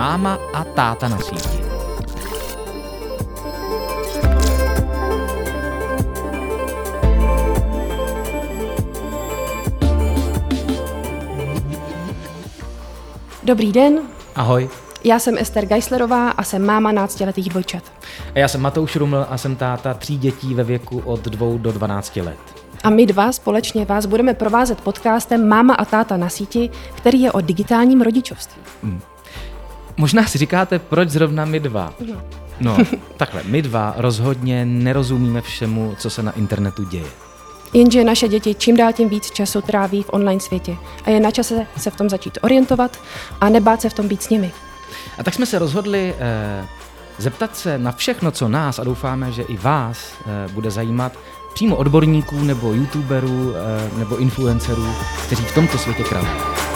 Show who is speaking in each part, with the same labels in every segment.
Speaker 1: Máma a táta na síti.
Speaker 2: Dobrý den.
Speaker 1: Ahoj.
Speaker 2: Já jsem Ester Geislerová a jsem máma 12letých dvojčat.
Speaker 1: A já jsem Matouš Ruml a jsem táta 3 dětí ve věku od 2 do 12 let.
Speaker 2: A my dva společně vás budeme provázet podcastem Máma a táta na síti, který je o digitálním rodičovství.
Speaker 1: Možná si říkáte, proč zrovna my dva? No, takhle, my dva rozhodně nerozumíme všemu, co se na internetu děje.
Speaker 2: Jenže naše děti čím dál tím víc času tráví v online světě a je na čase se v tom začít orientovat a nebát se v tom být s nimi.
Speaker 1: A tak jsme se rozhodli zeptat se na všechno, co nás, a doufáme, že i vás bude zajímat, přímo odborníků nebo youtuberů nebo influencerů, kteří v tomto světě králují.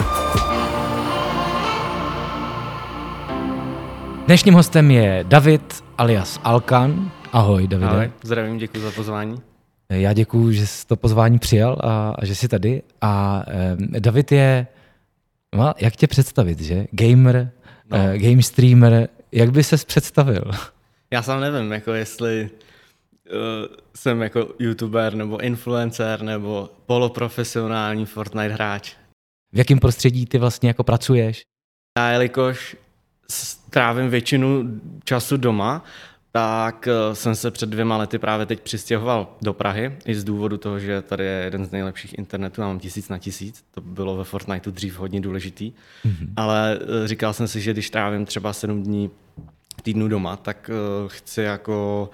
Speaker 1: Dnešním hostem je David alias Alkan. Ahoj, Davide.
Speaker 3: Ahoj, zdravím, děkuji za pozvání.
Speaker 1: Já děkuji, že jsi to pozvání přijal a že jsi tady. A David je, no, jak tě představit, že? Gamer, game streamer, jak by ses představil?
Speaker 3: Já sám nevím, jako jestli jsem jako youtuber nebo influencer nebo poloprofesionální Fortnite hráč.
Speaker 1: V jakém prostředí ty vlastně jako pracuješ?
Speaker 3: Já jelikož trávím většinu času doma, tak jsem se před 2 lety právě teď přistěhoval do Prahy, i z důvodu toho, že tady je jeden z nejlepších internetů, já mám 1000 na 1000, to bylo ve Fortniteu dřív hodně důležitý, ale říkal jsem si, že když trávím třeba 7 dní v týdnu doma, tak chci jako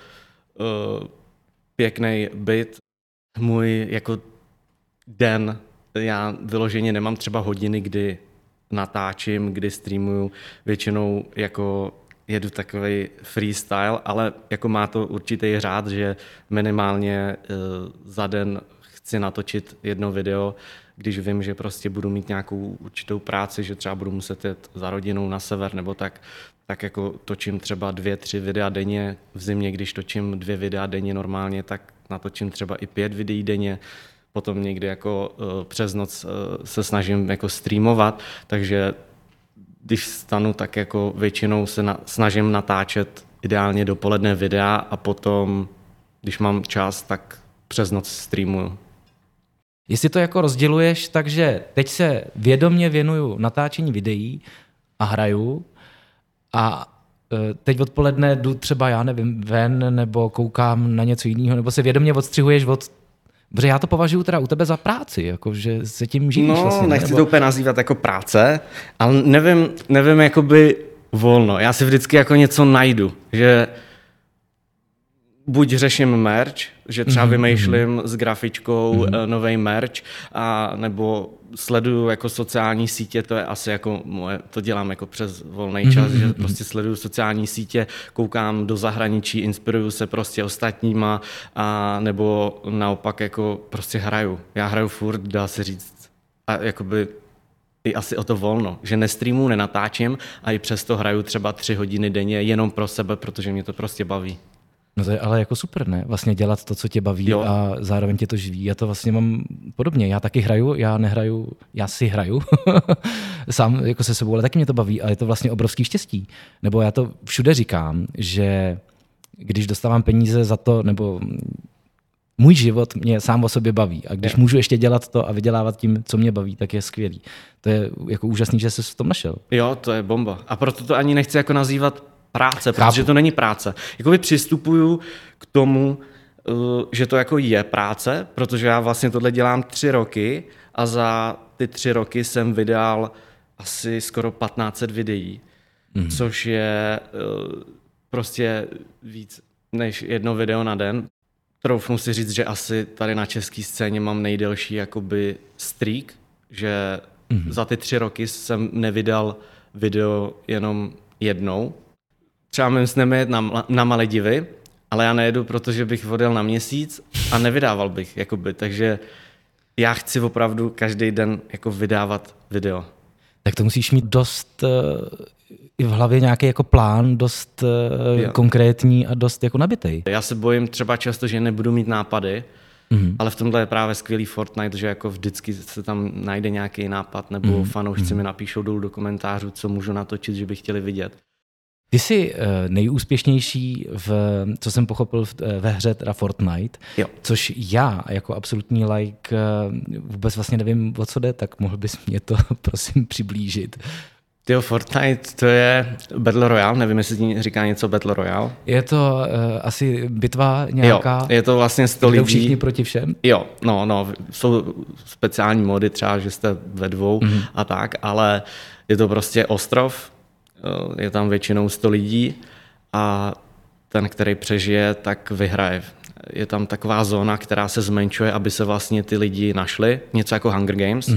Speaker 3: pěkný byt, můj jako den, já vyloženě nemám třeba hodiny, kdy natáčím, kdy streamuju, většinou jako jedu takovej freestyle, ale jako má to určitý řád, že minimálně za den chci natočit 1 video, když vím, že prostě budu mít nějakou určitou práci, že třeba budu muset jet za rodinou na sever nebo tak jako točím třeba 2-3 videa denně. V zimě, když točím 2 videa denně normálně, tak natočím třeba i 5 videí denně. Potom někdy jako přes noc se snažím jako streamovat, takže když stanu, tak jako většinou se snažím natáčet ideálně dopoledne videa a potom, když mám čas, tak přes noc streamuju.
Speaker 1: Jestli to jako rozděluješ, takže teď se vědomě věnuju natáčení videí a hraju a teď odpoledne jdu třeba, já nevím, ven nebo koukám na něco jiného, nebo se vědomě odstřihuješ protože já to považuji teda u tebe za práci, jako, že se tím živíš.
Speaker 3: No,
Speaker 1: vlastně,
Speaker 3: nechci to úplně nazývat jako práce, ale nevím jakoby volno. Já si vždycky jako něco najdu, že buď řeším merch, že třeba vymýšlím s grafičkou nový merch, a nebo sleduju jako sociální sítě, to je asi jako moje, to dělám jako přes volný čas, že prostě sleduju sociální sítě, koukám do zahraničí, inspiruju se prostě ostatníma, a nebo naopak jako prostě hraju. Já hraju furt, dá se říct, a jakoby i asi o to volno, že nestreamuju, nenatáčím a i přesto hraju třeba 3 hodiny denně jenom pro sebe, protože mě to prostě baví.
Speaker 1: No to je ale jako super, ne? Vlastně dělat to, co tě baví, jo. A zároveň tě to živí. Já to vlastně mám podobně. Já taky hraju, já si hraju sám jako se sebou, ale taky mě to baví a je to vlastně obrovský štěstí. Nebo já to všude říkám, že když dostávám peníze za to, nebo můj život mě sám o sobě baví a když můžu ještě dělat to a vydělávat tím, co mě baví, tak je skvělý. To je jako úžasný, že jsi v tom našel.
Speaker 3: Jo, to je bomba. A proto to ani nechci jako nazývat práce, protože to není práce. Jakoby přistupuju k tomu, že to jako je práce, protože já vlastně tohle dělám 3 roky a za ty 3 roky jsem vydal asi skoro 1500 videí, což je prostě víc než 1 video na den. Troufnu si říct, že asi tady na české scéně mám nejdelší jakoby streak, že za ty 3 roky jsem nevydal video jenom jednou. Třeba my jsme jet na Maledivy, ale já nejedu, protože bych odjel na měsíc a nevydával bych, jakoby. Takže já chci opravdu každý den jako vydávat video.
Speaker 1: Tak to musíš mít dost i v hlavě nějaký jako plán, dost konkrétní a dost jako nabitej.
Speaker 3: Já se bojím třeba často, že nebudu mít nápady, Ale v tomhle je právě skvělý Fortnite, že jako vždycky se tam najde nějaký nápad, nebo fanoušci mi napíšou dolů do komentářů, co můžu natočit, že by chtěli vidět.
Speaker 1: Ty jsi nejúspěšnější co jsem pochopil ve hře teda Fortnite,
Speaker 3: jo.
Speaker 1: Což já jako absolutní like vůbec vlastně nevím, o co jde, tak mohl bys mě to prosím přiblížit.
Speaker 3: Tyjo, Fortnite to je Battle Royale, nevím, jestli ti říká něco Battle Royale.
Speaker 1: Je to asi bitva nějaká?
Speaker 3: Jo, je to vlastně 100 lidí.
Speaker 1: Všichni proti všem?
Speaker 3: Jo, no, jsou speciální mody třeba, že jste ve dvou a tak, ale je to prostě ostrov, je tam většinou 100 lidí a ten, který přežije, tak vyhraje. Je tam taková zóna, která se zmenšuje, aby se vlastně ty lidi našli, něco jako Hunger Games.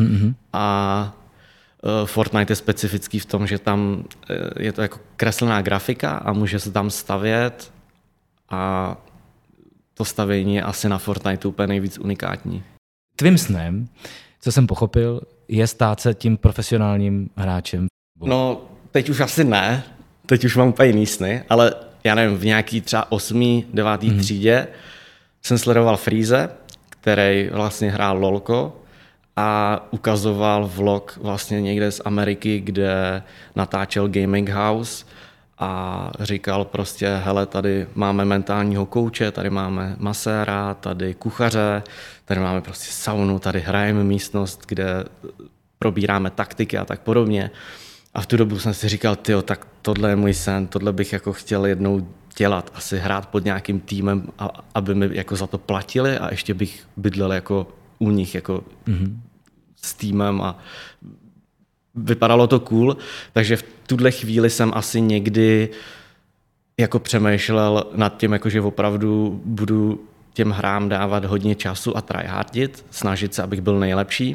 Speaker 3: A Fortnite je specifický v tom, že tam je to jako kreslená grafika a může se tam stavět a to stavění je asi na Fortnite úplně nejvíc unikátní.
Speaker 1: Tvým snem, co jsem pochopil, je stát se tím profesionálním hráčem.
Speaker 3: No, teď už asi ne, teď už mám úplně jiný sny, ale já nevím, v nějaký třeba 8., 9. třídě jsem sledoval Freeze, který vlastně hrál LOLko a ukazoval vlog vlastně někde z Ameriky, kde natáčel Gaming House a říkal prostě, hele, tady máme mentálního kouče, tady máme maséra, tady kuchaře, tady máme prostě saunu, tady hrajeme místnost, kde probíráme taktiky a tak podobně. A v tu dobu jsem si říkal, tyjo, tak tohle je můj sen, tohle bych jako chtěl jednou dělat, asi hrát pod nějakým týmem, aby mi jako za to platili a ještě bych bydlel jako u nich jako s týmem a vypadalo to cool, takže v tuhle chvíli jsem asi někdy jako přemýšlel nad tím, jako že opravdu budu těm hrám dávat hodně času a tryhardit, snažit se, abych byl nejlepší.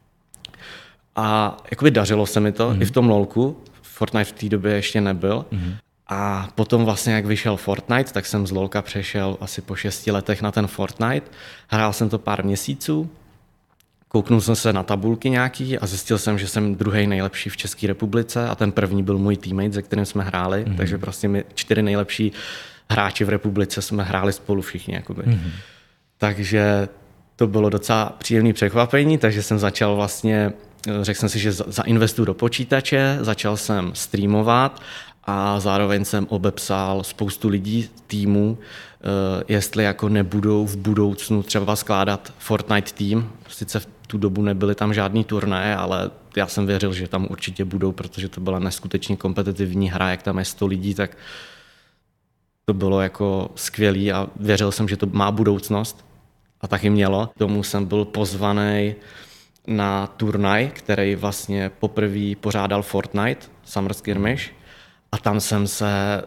Speaker 3: A jakoby dařilo se mi to i v tom LOLku. Fortnite v té době ještě nebyl. A potom vlastně, jak vyšel Fortnite, tak jsem z LOLka přešel asi po 6 letech na ten Fortnite. Hrál jsem to pár měsíců, kouknul jsem se na tabulky nějaký a zjistil jsem, že jsem druhý nejlepší v České republice a ten první byl můj teammate, se kterým jsme hráli. Takže prostě my 4 nejlepší hráči v republice jsme hráli spolu všichni. Jakoby. Takže to bylo docela příjemné překvapení, takže jsem začal vlastně, řekl jsem si, že zainvestuju do počítače, začal jsem streamovat a zároveň jsem obepsal spoustu lidí, týmů, jestli jako nebudou v budoucnu třeba skládat Fortnite tým. Sice v tu dobu nebyly tam žádný turnaje, ale já jsem věřil, že tam určitě budou, protože to byla neskutečně kompetitivní hra, jak tam je 100 lidí, tak to bylo jako skvělý a věřil jsem, že to má budoucnost a taky mělo. K tomu jsem byl pozvaný na turnaj, který vlastně poprvé pořádal Fortnite, Summer Skirmish, a tam jsem se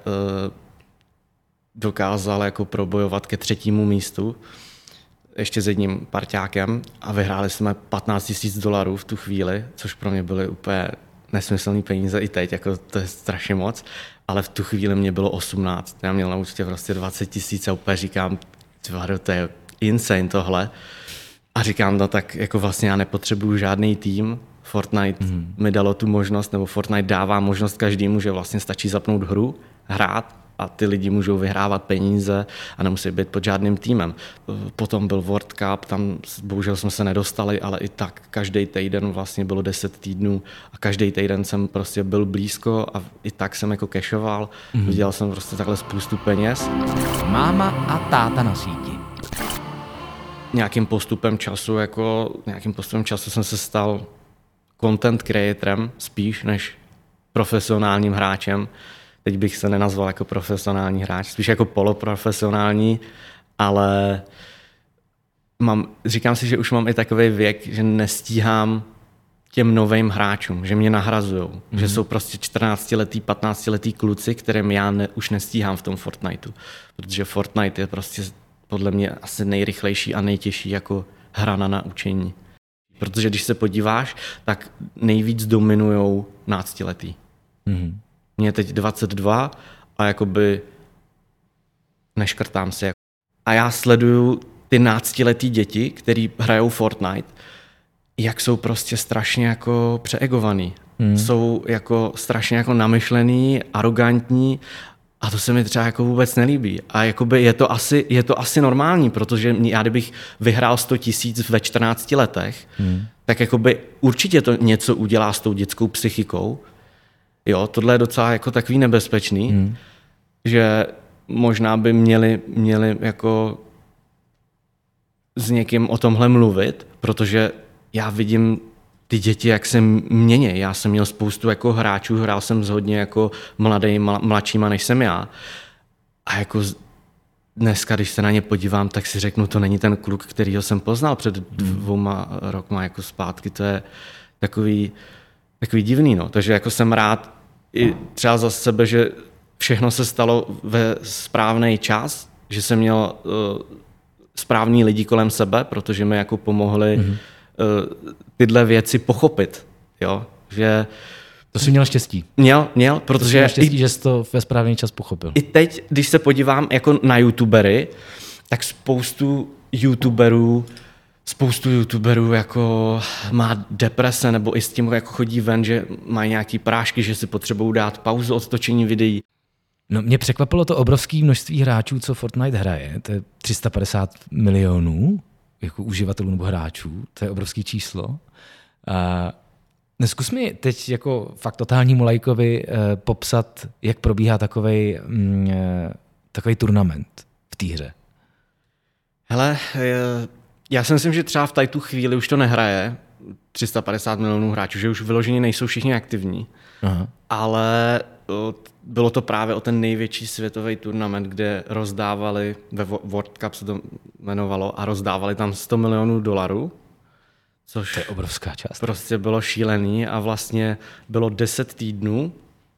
Speaker 3: dokázal jako probojovat ke 3. místu, ještě s jedním parťákem a vyhráli jsme $15,000 v tu chvíli, což pro mě byly úplně nesmyslný peníze i teď, jako to je strašně moc, ale v tu chvíli mě bylo 18, já měl na účtě prostě 20,000 a úplně říkám, to je insane tohle. A říkám, no tak jako vlastně já nepotřebuju žádný tým, Fortnite mi dalo tu možnost, nebo Fortnite dává možnost každému, že vlastně stačí zapnout hru, hrát a ty lidi můžou vyhrávat peníze a nemusí být pod žádným týmem. Potom byl World Cup, tam bohužel jsme se nedostali, ale i tak každý týden vlastně bylo 10 týdnů a každý týden jsem prostě byl blízko a i tak jsem jako cashoval. Vydělal jsem prostě takhle spoustu peněz.
Speaker 1: Máma a táta na síti.
Speaker 3: Nějakým postupem času jsem se stal content creatorem spíš než profesionálním hráčem. Teď bych se nenazval jako profesionální hráč, spíš jako poloprofesionální, ale říkám si, že už mám i takový věk, že nestíhám těm novým hráčům, že mě nahrazujou, že jsou prostě 14letý, 15letý kluci, kterým já už nestíhám v tom Fortniteu, protože Fortnite je prostě podle mě asi nejrychlejší a nejtěžší jako hra na naučení. Protože když se podíváš, tak nejvíc dominujou 12letý. Mně je teď 22 a jakoby neškrtám se. A já sleduju ty 12letý děti, který hrajou Fortnite, jak jsou prostě strašně jako přeegovaný. Jsou jako strašně jako namyšlený, arrogantní A to se mi třeba jako vůbec nelíbí. A jakoby je to asi normální, protože já kdybych vyhrál 100 000 ve 14 letech, tak jakoby určitě to něco udělá s tou dětskou psychikou. Jo, tohle je docela jako takový nebezpečný, že možná by měli jako s někým o tomhle mluvit, protože já vidím ty děti, jak se mění. Já jsem měl spoustu jako hráčů, hrál jsem s hodně jako mladšíma, než jsem já. A jako dneska, když se na ně podívám, tak si řeknu, to není ten kluk, kterýho jsem poznal před 2 rokma jako zpátky. To je takový divný. No. Takže jako jsem rád i třeba za sebe, že všechno se stalo ve správný čas, že jsem měl správní lidi kolem sebe, protože mi jako pomohli tyhle věci pochopit. Jo? Že
Speaker 1: to jsi měl štěstí.
Speaker 3: Měl, protože...
Speaker 1: Měl štěstí, že jsi to ve správný čas pochopil.
Speaker 3: I teď, když se podívám jako na youtubery, tak spoustu youtuberů jako má deprese, nebo i s tím jako chodí ven, že mají nějaký prášky, že si potřebují dát pauzu od točení videí.
Speaker 1: No, mě překvapilo to obrovské množství hráčů, co Fortnite hraje. To je 350 milionů jako uživatelů nebo hráčů. To je obrovský číslo. Zkus mi teď jako fakt totálnímu lajkovi popsat, jak probíhá takovej turnament v té hře.
Speaker 3: Hele, já si myslím, že třeba v tu chvíli už to nehraje 350 milionů hráčů, že už vyloženě nejsou všichni aktivní. Aha. Ale bylo to právě o ten největší světový turnament, kde rozdávali, ve World Cup se to jmenovalo, a rozdávali tam $100 milionů, což
Speaker 1: to je obrovská část.
Speaker 3: Prostě bylo šílený a vlastně bylo 10 týdnů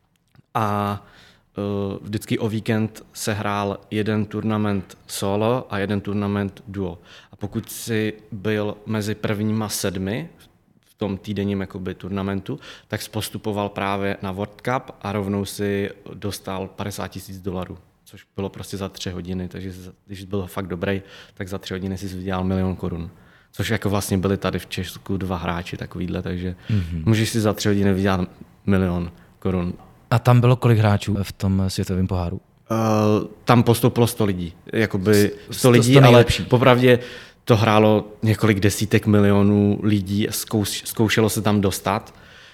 Speaker 3: a vždycky o víkend se hrál jeden turnament solo a jeden turnament duo. A pokud si byl mezi prvníma 7 v tom týdenním jakoby turnamentu, tak postupoval právě na World Cup a rovnou si dostal $50,000, což bylo prostě za 3 hodiny, takže když byl fakt dobrý, tak za 3 hodiny si vydělal $1 milion. Což jako vlastně byli tady v Česku 2 hráči takovýhle, takže můžeš si za 3 hodiny vydělat $1 milion.
Speaker 1: A tam bylo kolik hráčů v tom světovém poháru?
Speaker 3: Tam postoupilo 100 lidí. Jakoby 100 lidí, ale popravdě to hrálo několik desítek milionů lidí, zkoušelo se tam dostat.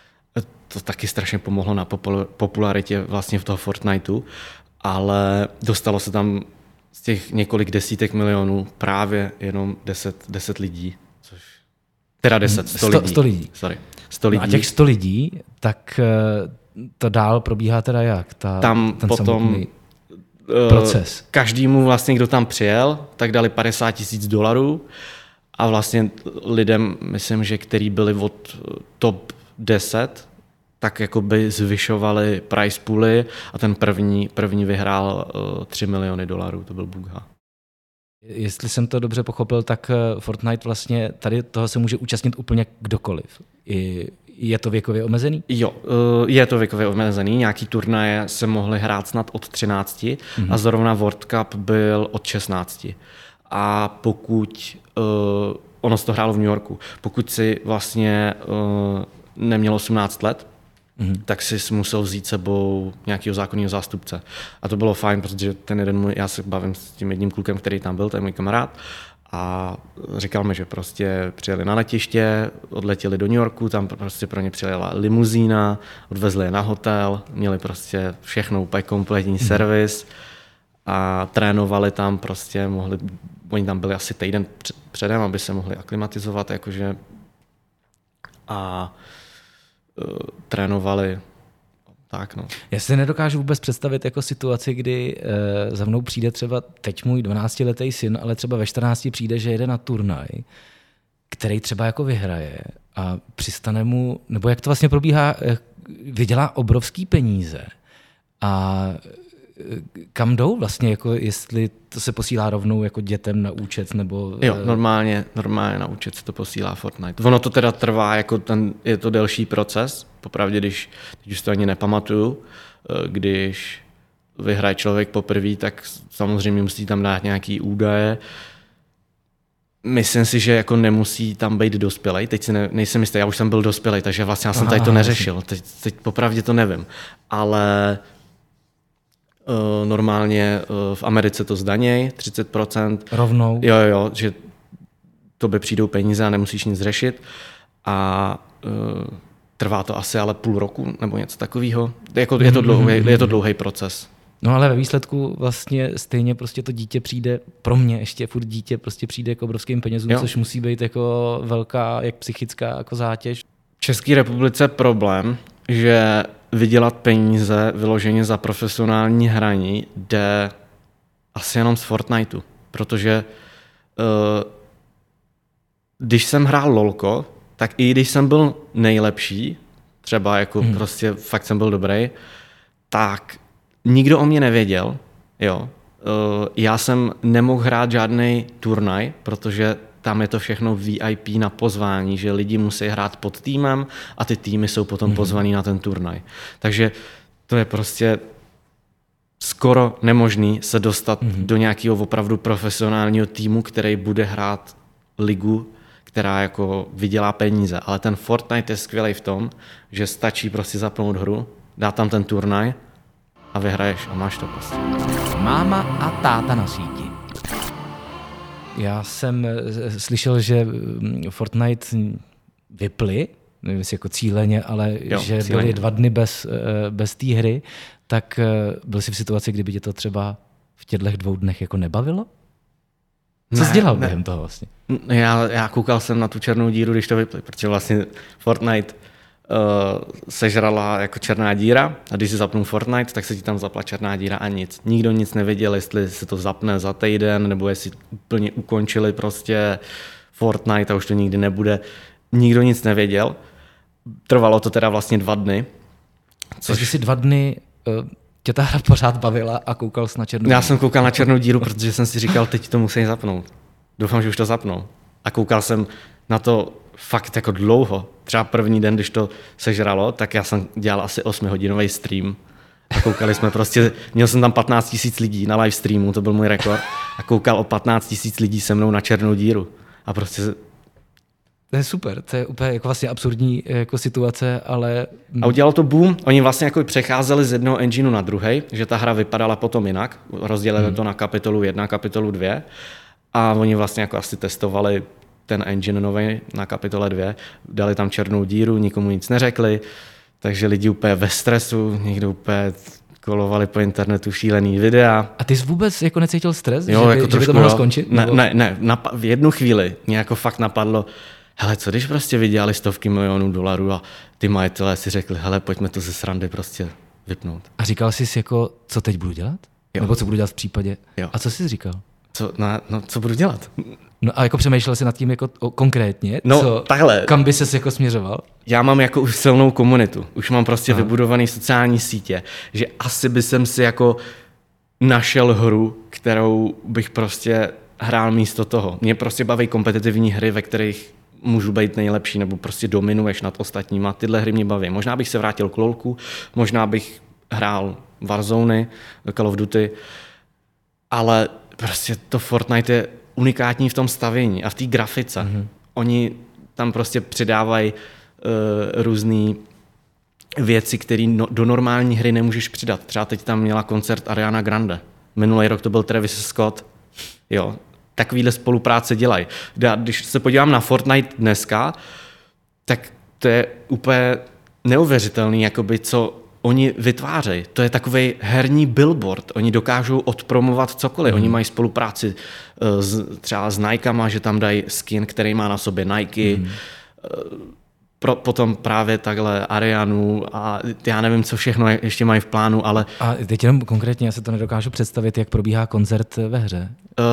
Speaker 3: To taky strašně pomohlo na popularitě vlastně v toho Fortniteu, ale dostalo se tam z těch několik desítek milionů právě jenom 10 lidí. Což, teda 100 lidí.
Speaker 1: 100 lidí.
Speaker 3: Sorry, 100 lidí.
Speaker 1: No a těch 100 lidí, tak to dál probíhá teda jak?
Speaker 3: Tam
Speaker 1: ten
Speaker 3: potom
Speaker 1: proces.
Speaker 3: Každému vlastně, kdo tam přijel, tak dali $50,000 a vlastně lidem, myslím, že který byli od top 10, tak jakoby zvyšovali price pooly a ten první vyhrál $3 miliony, to byl Bugha.
Speaker 1: Jestli jsem to dobře pochopil, tak Fortnite vlastně tady toho se může účastnit úplně kdokoliv. Je to věkově omezený?
Speaker 3: Jo, je to věkově omezený. Nějaký turnaje se mohly hrát snad od 13 a zrovna World Cup byl od 16. A pokud, ono se to hrálo v New Yorku, pokud si vlastně neměl 18 let, tak si musel vzít sebou nějakého zákonného zástupce. A to bylo fajn, protože ten jeden já se bavím s tím jedním klukem, který tam byl, to je můj kamarád, a říkal mi, že prostě přijeli na letiště, odletěli do New Yorku, tam prostě pro ně přijela limuzína, odvezli je na hotel, měli prostě všechno, úplně kompletní servis a trénovali tam prostě, oni tam byli asi týden předem, aby se mohli aklimatizovat, jakože a trénovali tak, no.
Speaker 1: Já si nedokážu vůbec představit jako situaci, kdy za mnou přijde třeba teď můj 12letý syn, ale třeba ve 14 přijde, že jede na turnaj, který třeba jako vyhraje a přistane mu, nebo jak to vlastně probíhá, vydělá obrovský peníze a kam jdou vlastně, jako jestli to se posílá rovnou jako dětem na účet, nebo...
Speaker 3: Jo, normálně na účet se to posílá Fortnite. Ono to teda trvá, jako je to delší proces, popravdě, když už to ani nepamatuju, když vyhraje člověk poprvé, tak samozřejmě musí tam dát nějaký údaje. Myslím si, že jako nemusí tam být dospělej, teď si nejsem jistý, já už jsem byl dospělej, takže vlastně já jsem tady to neřešil, teď popravdě to nevím, ale Normálně v Americe to zdaněj, 30%.
Speaker 1: Rovnou?
Speaker 3: Jo, že tobě přijdou peníze a nemusíš nic řešit. A trvá to asi ale půl roku nebo něco takového. Je to dlouhý proces.
Speaker 1: No ale ve výsledku vlastně stejně prostě to dítě přijde, pro mě ještě furt dítě prostě přijde k obrovským penězům, což musí být jako velká jak psychická jako zátěž.
Speaker 3: V České republice je problém, že vydělat peníze vyloženě za profesionální hraní jde asi jenom z Fortniteu, protože když jsem hrál LOLko, tak i když jsem byl nejlepší, třeba jako prostě fakt jsem byl dobrý, tak nikdo o mě nevěděl, jo. Já jsem nemohl hrát žádný turnaj, protože tam je to všechno VIP na pozvání, že lidi musí hrát pod týmem a ty týmy jsou potom pozvaný na ten turnaj. Takže to je prostě skoro nemožný se dostat do nějakého opravdu profesionálního týmu, který bude hrát ligu, která jako vydělá peníze. Ale ten Fortnite je skvělý v tom, že stačí prostě zapnout hru, dát tam ten turnaj a vyhraješ a máš to prostě.
Speaker 1: Máma a táta na síti. Já jsem slyšel, že Fortnite vypli, nevím jestli jako cíleně, ale že cíleně. Byly 2 dny bez té hry, tak byl jsi v situaci, kdyby tě to třeba v těchto 2 dnech jako nebavilo? Co jsi dělal během toho vlastně?
Speaker 3: Já koukal jsem na tu černou díru, když to vypli, protože vlastně Fortnite sežrala jako černá díra a když si zapnul Fortnite, tak se ti tam zapla černá díra a nic. Nikdo nic nevěděl, jestli se to zapne za týden, nebo jestli úplně ukončili prostě Fortnite a už to nikdy nebude. Nikdo nic nevěděl. Trvalo to teda vlastně 2 dny.
Speaker 1: Takže si 2 dny tě ta hra pořád bavila a koukal jsi na černou díru?
Speaker 3: Já jsem koukal na černou díru, protože jsem si říkal, teď to musí zapnout. Doufám, že už to zapnou. A koukal jsem na to fakt jako dlouho. Třeba první den, když to sežralo, tak já jsem dělal asi 8hodinový stream. A koukali jsme prostě, měl jsem tam 15 000 lidí na live streamu, to byl můj rekord. A koukal o 15 000 lidí se mnou na černou díru. A prostě...
Speaker 1: To je super, to je úplně jako vlastně absurdní jako situace, ale...
Speaker 3: A udělalo to boom, oni vlastně jako přecházeli z jednoho engineu na druhý, že ta hra vypadala potom jinak, rozdělili to na kapitolu 1, kapitolu 2 a oni vlastně jako asi testovali ten engine nový na kapitole 2, dali tam černou díru, nikomu nic neřekli, takže lidi úplně ve stresu, někdo úplně kolovali po internetu šílený videa.
Speaker 1: A ty jsi vůbec jako necítil stres,
Speaker 3: jo,
Speaker 1: že,
Speaker 3: jako
Speaker 1: že by to mohlo skončit?
Speaker 3: Ne, v jednu chvíli mě jako fakt napadlo, hele, co když prostě vydělali $100 milionů a ty majitelé si řekli, hele, pojďme to ze srandy prostě vypnout.
Speaker 1: A říkal jsi jako, co teď budu dělat?
Speaker 3: Jo.
Speaker 1: Nebo co budu dělat v případě?
Speaker 3: Jo.
Speaker 1: A co jsi říkal?
Speaker 3: Co budu dělat?
Speaker 1: No a jako přemýšlel jsi nad tím jako konkrétně?
Speaker 3: Takhle.
Speaker 1: Kam by ses jako směřoval?
Speaker 3: Já mám jako už silnou komunitu. Už mám prostě vybudovaný sociální sítě, že asi by jsem si jako našel hru, kterou bych prostě hrál místo toho. Mě prostě baví kompetitivní hry, ve kterých můžu být nejlepší, nebo prostě dominuješ nad ostatníma. Tyhle hry mě baví. Možná bych se vrátil k LOLku, možná bych hrál Warzone, Call of Duty, ale prostě to Fortnite je unikátní v tom stavění a v té grafice. Mm-hmm. Oni tam prostě přidávají různé věci, které do normální hry nemůžeš přidat. Třeba teď tam měla koncert Ariana Grande. Minulý rok to byl Travis Scott. Jo, takovýhle spolupráce dělají. Když se podívám na Fortnite dneska, tak to je úplně neuvěřitelný, jakoby, co oni vytvářejí. To je takovej herní billboard. Oni dokážou odpromovat cokoliv. Oni mají spolupráci třeba s Nikama, že tam dají skin, který má na sobě Nike. Potom právě takhle Arianu a já nevím, co všechno ještě mají v plánu, ale...
Speaker 1: A teď jenom konkrétně, já se to nedokážu představit, jak probíhá koncert ve hře.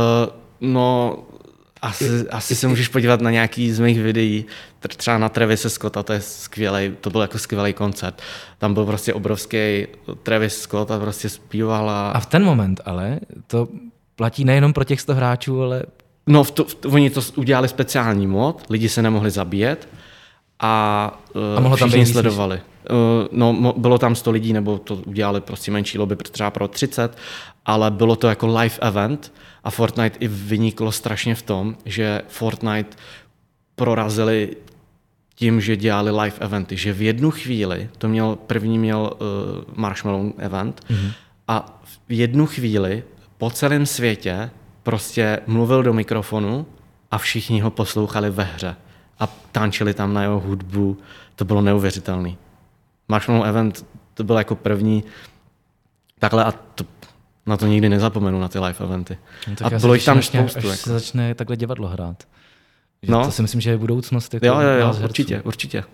Speaker 3: Asi se můžeš podívat na nějaký z mých videí, třeba na Travise Scotta, to byl jako skvělý koncert. Tam byl prostě obrovský Travis Scott a prostě zpíval
Speaker 1: a v ten moment ale to platí nejenom pro těch 100 hráčů, ale...
Speaker 3: No, oni to udělali speciální mod, lidi se nemohli zabíjet a všichni sledovali. Bylo tam 100 lidí, nebo to udělali prostě menší lobby, třeba pro 30, ale bylo to jako live event a Fortnite i vyniklo strašně v tom, že Fortnite prorazili tím, že dělali live eventy, že v jednu chvíli, první měl Marshmallow event a v jednu chvíli po celém světě prostě mluvil do mikrofonu a všichni ho poslouchali ve hře a tančili tam na jeho hudbu. To bylo neuvěřitelný. Marshmallow Event to byl jako první takhle a na to nikdy nezapomenu, na ty live eventy.
Speaker 1: No, a
Speaker 3: bylo jich tam spoustu.
Speaker 1: Až se začne takhle divadlo hrát.
Speaker 3: No.
Speaker 1: To si myslím, že je budoucnost. Jako
Speaker 3: jo, určitě.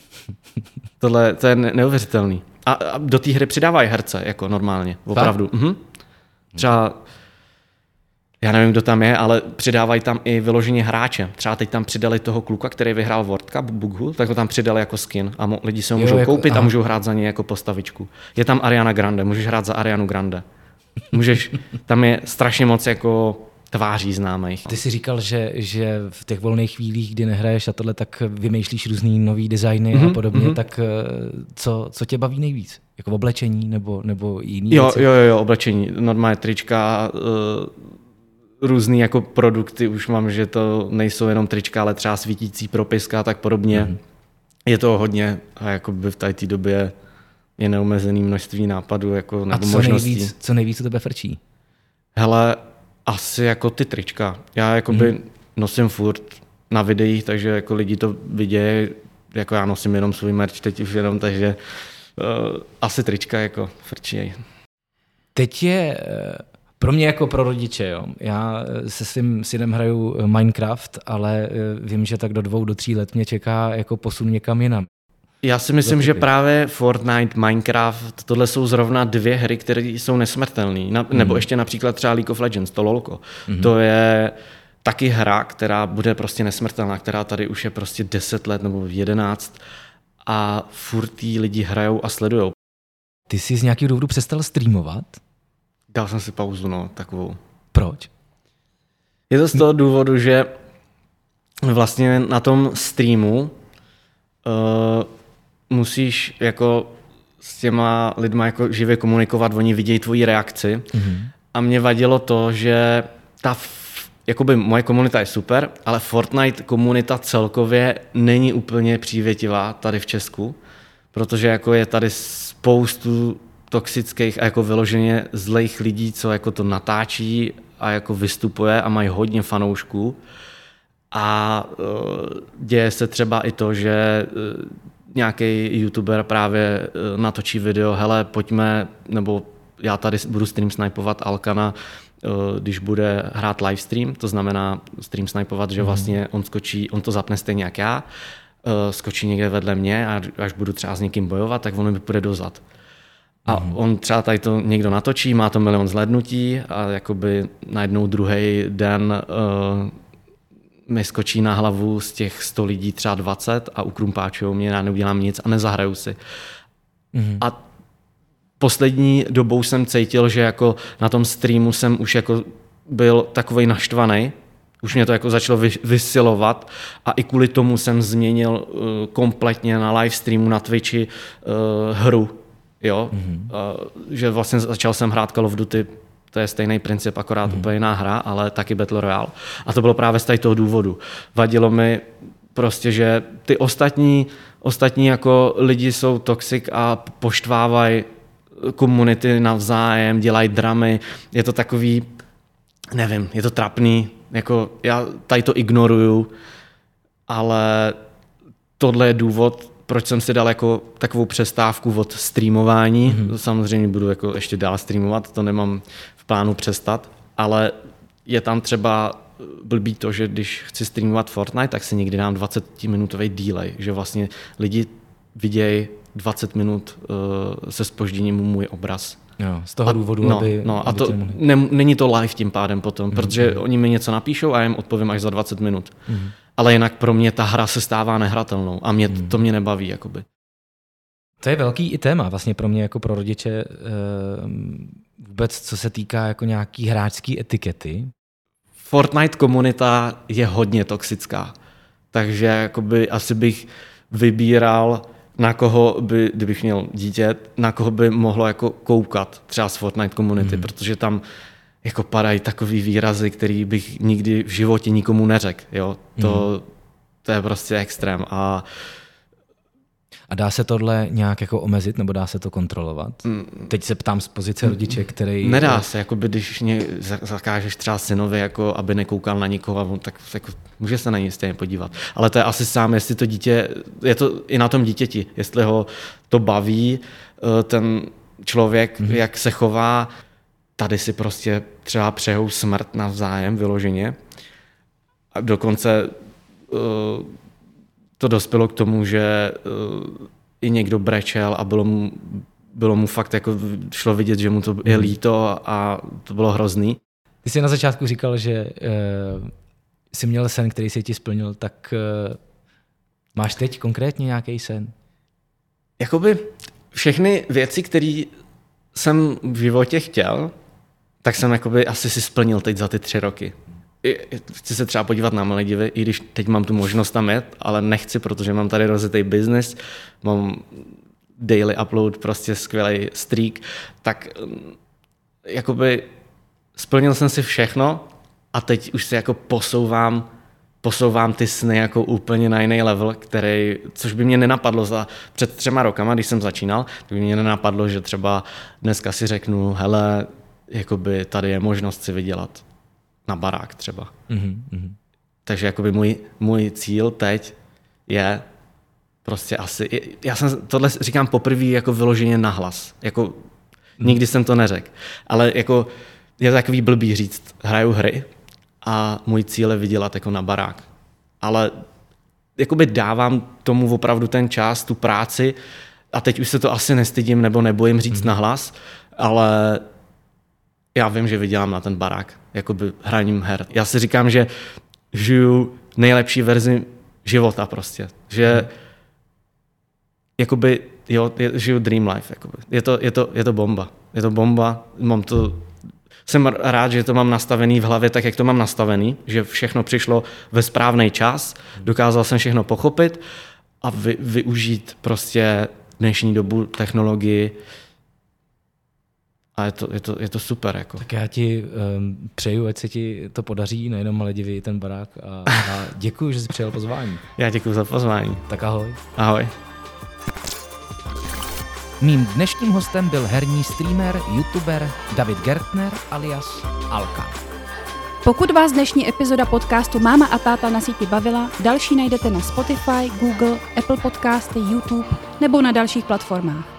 Speaker 3: Tohle to je neuvěřitelný. A do té hry přidávají herce, jako normálně, opravdu. Třeba, já nevím, kdo tam je, ale přidávají tam i vyloženě hráče. Třeba teď tam přidali toho kluka, který vyhrál World Cup, Bughu, tak ho tam přidali jako skin a lidi se ho můžou koupit a můžou hrát za něj jako postavičku. Je tam Ariana Grande, můžeš hrát za Arianu Grande. Tam je strašně moc jako tváří známých.
Speaker 1: Ty jsi říkal, že v těch volných chvílích, kdy nehraješ a tohle, tak vymýšlíš různý nový designy a podobně, tak co tě baví nejvíc? Jako oblečení nebo jiný věci?
Speaker 3: Jo, oblečení. Normálně trička, různý jako produkty, už mám, že to nejsou jenom trička, ale třeba svítící propiska a tak podobně. Je to hodně a jakoby v té době je neomezený množství nápadů jako, nebo možností.
Speaker 1: Co nejvíc u tebe frčí?
Speaker 3: Hele, asi jako ty trička. Já jakoby nosím furt na videích, takže jako lidi to vidějí, jako já nosím jenom svůj merch teď už jenom, takže asi trička jako frčí.
Speaker 1: Teď je pro mě jako pro rodiče, jo. Já se svým synem hraju Minecraft, ale vím, že tak do 2 do 3 let mě čeká jako posun někam jinam.
Speaker 3: Já si myslím, že právě Fortnite, Minecraft, tohle jsou zrovna 2 hry, které jsou nesmrtelné. Nebo ještě například třeba League of Legends, to LOLko. To je taky hra, která bude prostě nesmrtelná, která tady už je prostě 10 let nebo 11 a furt jí lidi hrajou a sledujou.
Speaker 1: Ty jsi z nějakého důvodu přestal streamovat?
Speaker 3: Dal jsem si pauzu, takovou.
Speaker 1: Proč?
Speaker 3: Je to z toho důvodu, že vlastně na tom streamu musíš jako s těma lidma jako živě komunikovat, oni vidějí tvoji reakci. A mě vadilo to, že jakoby moje komunita je super, ale Fortnite komunita celkově není úplně přívětivá tady v Česku, protože jako je tady spoustu toxických a jako vyloženě zlejch lidí, co jako to natáčí a jako vystupuje a mají hodně fanoušků. A děje se třeba i to, že nějaký youtuber právě natočí video, hele, pojďme, nebo já tady budu stream snipovat Alkana, když bude hrát livestream, to znamená stream snipovat, že vlastně on skočí, on to zapne stejně jak já, skočí někde vedle mě a až budu třeba s někým bojovat, tak on mi půjde dozad. A on třeba tady to někdo natočí, má to 1 milion zhlédnutí a jakoby najednou druhý den mi skočí na hlavu z těch 100 lidí třeba 20 a ukrumpáčujou mě, já neudělám nic a nezahraju si. A poslední dobou jsem cítil, že jako na tom streamu jsem už jako byl takovej naštvaný, už mě to jako začalo vysilovat a i kvůli tomu jsem změnil kompletně na live streamu na Twitchi hru. Jo? Že vlastně začal jsem hrát Call of Duty, to je stejný princip, akorát úplně jiná hra, ale taky Battle Royale. A to bylo právě z toho důvodu. Vadilo mi prostě, že ty ostatní jako lidi jsou toxic a poštvávají komunity navzájem, dělají dramy. Je to takový, nevím, je to trapný. Jako já tady to ignoruju, ale tohle je důvod, proč jsem si dal jako takovou přestávku od streamování. Samozřejmě budu jako ještě dál streamovat, to nemám v plánu přestat, ale je tam třeba blbý to, že když chci streamovat Fortnite, tak si někdy dám 20-minutový delay, že vlastně lidi vidějí 20 minut se zpožděním můj obraz.
Speaker 1: Jo, z toho důvodu, aby
Speaker 3: to není to live tím pádem potom, protože oni mi něco napíšou a já jim odpovím až za 20 minut. Ale jinak pro mě ta hra se stává nehratelnou a to mě nebaví. Jakoby.
Speaker 1: To je velký i téma vlastně pro mě jako pro rodiče vůbec, co se týká jako nějaký hráčský etikety.
Speaker 3: Fortnite komunita je hodně toxická, takže jakoby asi bych vybíral, na koho by, kdybych měl dítě, na koho by mohlo jako koukat třeba z Fortnite komunity, protože tam jako padají takový výrazy, který bych nikdy v životě nikomu neřekl. Jo? To je prostě extrém.
Speaker 1: A dá se tohle nějak jako omezit, nebo dá se to kontrolovat? Teď se ptám z pozice rodiče, který...
Speaker 3: Nedá se, jakoby, když zakážeš třeba synovi, jako, aby nekoukal na nikoho, tak jako, může se na něj stejně podívat. Ale to je asi sám, jestli to dítě, je to i na tom dítěti, jestli ho to baví, ten člověk, jak se chová, tady si prostě třeba přejou smrt navzájem vyloženě. A dokonce to dospělo k tomu, že i někdo brečel a bylo mu fakt jako šlo vidět, že mu to je líto a to bylo hrozný.
Speaker 1: Ty jsi na začátku říkal, že jsi měl sen, který se ti splnil, tak máš teď konkrétně nějaký sen?
Speaker 3: Jakoby všechny věci, které jsem v životě chtěl, tak jsem jakoby asi si splnil teď za ty 3 roky. Chci se třeba podívat na Maledivy, i když teď mám tu možnost tam jet, ale nechci, protože mám tady rozjetý business, mám daily upload, prostě skvělý streak, tak jakoby splnil jsem si všechno a teď už se jako posouvám ty sny jako úplně na jiný level, což by mě nenapadlo před 3 rokama, když jsem začínal, tak by mě nenapadlo, že třeba dneska si řeknu, hele, jakoby tady je možnost si vydělat na barák třeba. Takže jakoby můj cíl teď je prostě asi, já jsem tohle říkám poprvé jako vyloženě nahlas, jako nikdy jsem to neřekl, ale jako je takový blbý říct, hraju hry a můj cíl je vydělat jako na barák. Ale jakoby dávám tomu opravdu ten čas, tu práci a teď už se to asi nestydím nebo nebojím říct nahlas, ale já vím, že vydělám na ten barák, jakoby hraním her. Já si říkám, že žiju nejlepší verzi života prostě, že jakoby, jo, žiju dream life, jakoby. Je to bomba. Je to bomba, jsem rád, že to mám nastavený v hlavě tak, jak to mám nastavený, že všechno přišlo ve správný čas, dokázal jsem všechno pochopit a využít prostě dnešní dobu, technologii a je to super. Jako.
Speaker 1: Tak já ti přeju, ať se ti to podaří, nejenom Maledivy, ten barák a děkuji, že jsi přijal pozvání.
Speaker 3: Já děkuji za pozvání.
Speaker 1: Tak ahoj.
Speaker 3: Ahoj.
Speaker 1: Mým dnešním hostem byl herní streamer, youtuber David Gertner alias Alka.
Speaker 2: Pokud vás dnešní epizoda podcastu Máma a táta na síti bavila, další najdete na Spotify, Google, Apple Podcasty, YouTube nebo na dalších platformách.